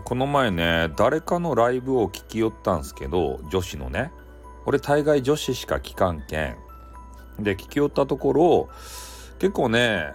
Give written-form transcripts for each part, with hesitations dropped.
この前ね、誰かのライブを聞き寄ったんすけど、女子のね。俺大概女子しか聞かんけん。で、聞き寄ったところ、結構ね、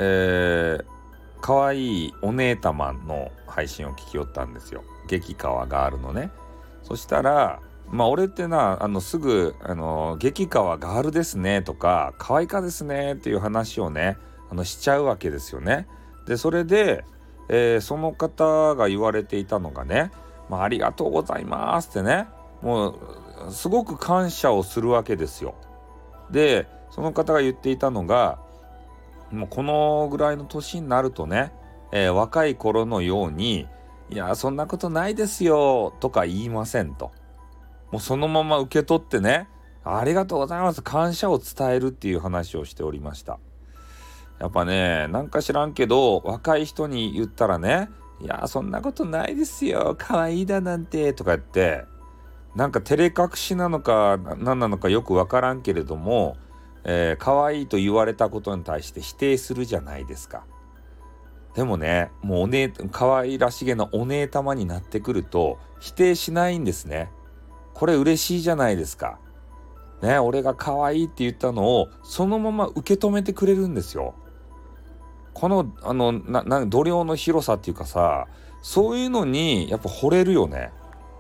可愛いお姉たまの配信を聞き寄ったんですよ。激川ガールのね。そしたら、俺ってな、すぐ、激川ガールですねとか、可愛いかですねっていう話をね、しちゃうわけですよね。で、それで、その方が言われていたのがね、ありがとうございますってね、もう、すごく感謝をするわけですよ。で、その方が言っていたのが、もうこのぐらいの年になるとね、若い頃のように、いや、そんなことないですよ、とか言いませんと。もうそのまま受け取ってね、ありがとうございます、感謝を伝えるっていう話をしておりました。やっぱね、なんか知らんけど、若い人に言ったらね、いや、そんなことないですよ、可愛いだなんて、とか言って、なんか照れ隠しなのか、何なのかよくわからんけれども、可愛いと言われたことに対して否定するじゃないですか。でもね、もう可愛らしげなお姉様になってくると、否定しないんですね。これ嬉しいじゃないですか。ね、俺が可愛いって言ったのを、そのまま受け止めてくれるんですよ。この、度量の広さっていうかさ、そういうのに、やっぱ惚れるよね。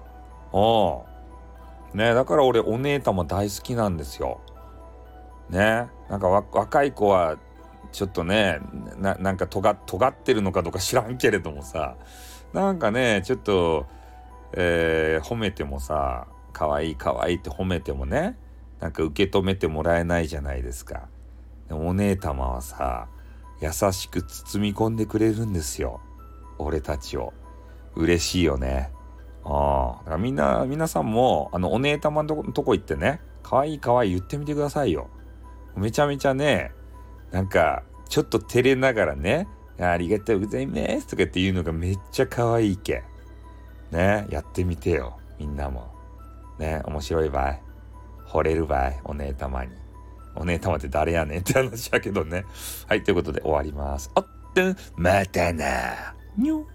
ね、だから俺、お姉様大好きなんですよ。ね、なんか若い子は、ちょっとね、なんか尖ってるのかどうか知らんけれどもさ、なんかね、ちょっと、褒めてもさ、可愛い可愛いって褒めてもね、なんか受け止めてもらえないじゃないですか。でもお姉様はさ、優しく包み込んでくれるんですよ。俺たちを。嬉しいよね。だから皆さんも、お姉様のとこ行ってね、可愛い可愛い言ってみてくださいよ。めちゃめちゃね、なんか、ちょっと照れながらね、ありがとうございますとかっていうのがめっちゃ可愛いけ。ね、やってみてよ、みんなも。ね、面白いばい。惚れるばい、お姉様に。お姉様って誰やねんって話やけどね。はい、ということで終わります。またな。にょ。